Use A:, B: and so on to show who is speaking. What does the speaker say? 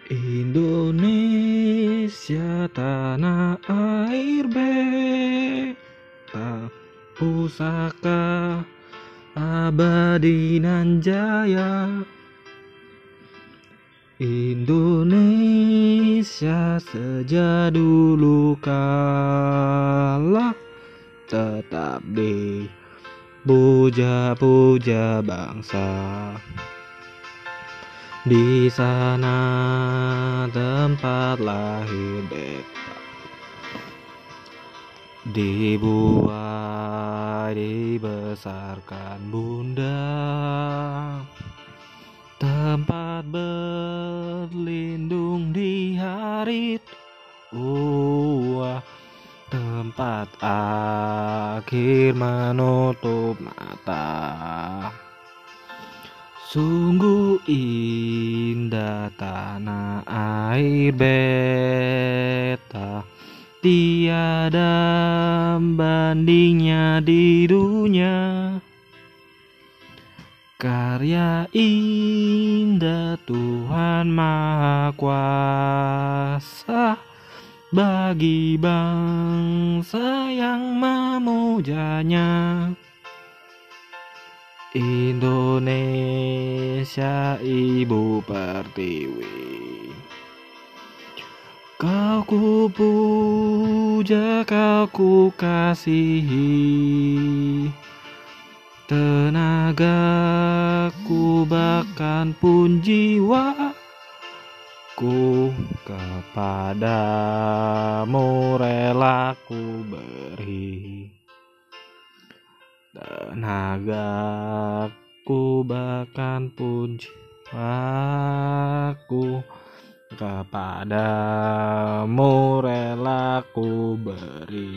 A: Indonesia tanah air beta pusaka abadi nan jaya. Indonesia sejak dulu kala tetap dipuja-puja bangsa. Di sana tempat lahir beta, dibuai dibesarkan bunda, tempat berlindung di hari tua, tempat akhir menutup mata. Sungguh indah tanah air beta, tiada bandingnya di dunia. Karya indah Tuhan Maha Kuasa bagi bangsa yang memujanya. Indonesia Ibu Pertiwi, kau ku puja, kau ku kasihi, tenagaku bahkan pun jiwaku kepadamu rela ku beri. Tenagaku bahkan pun jiwaku kepadamu rela ku beri.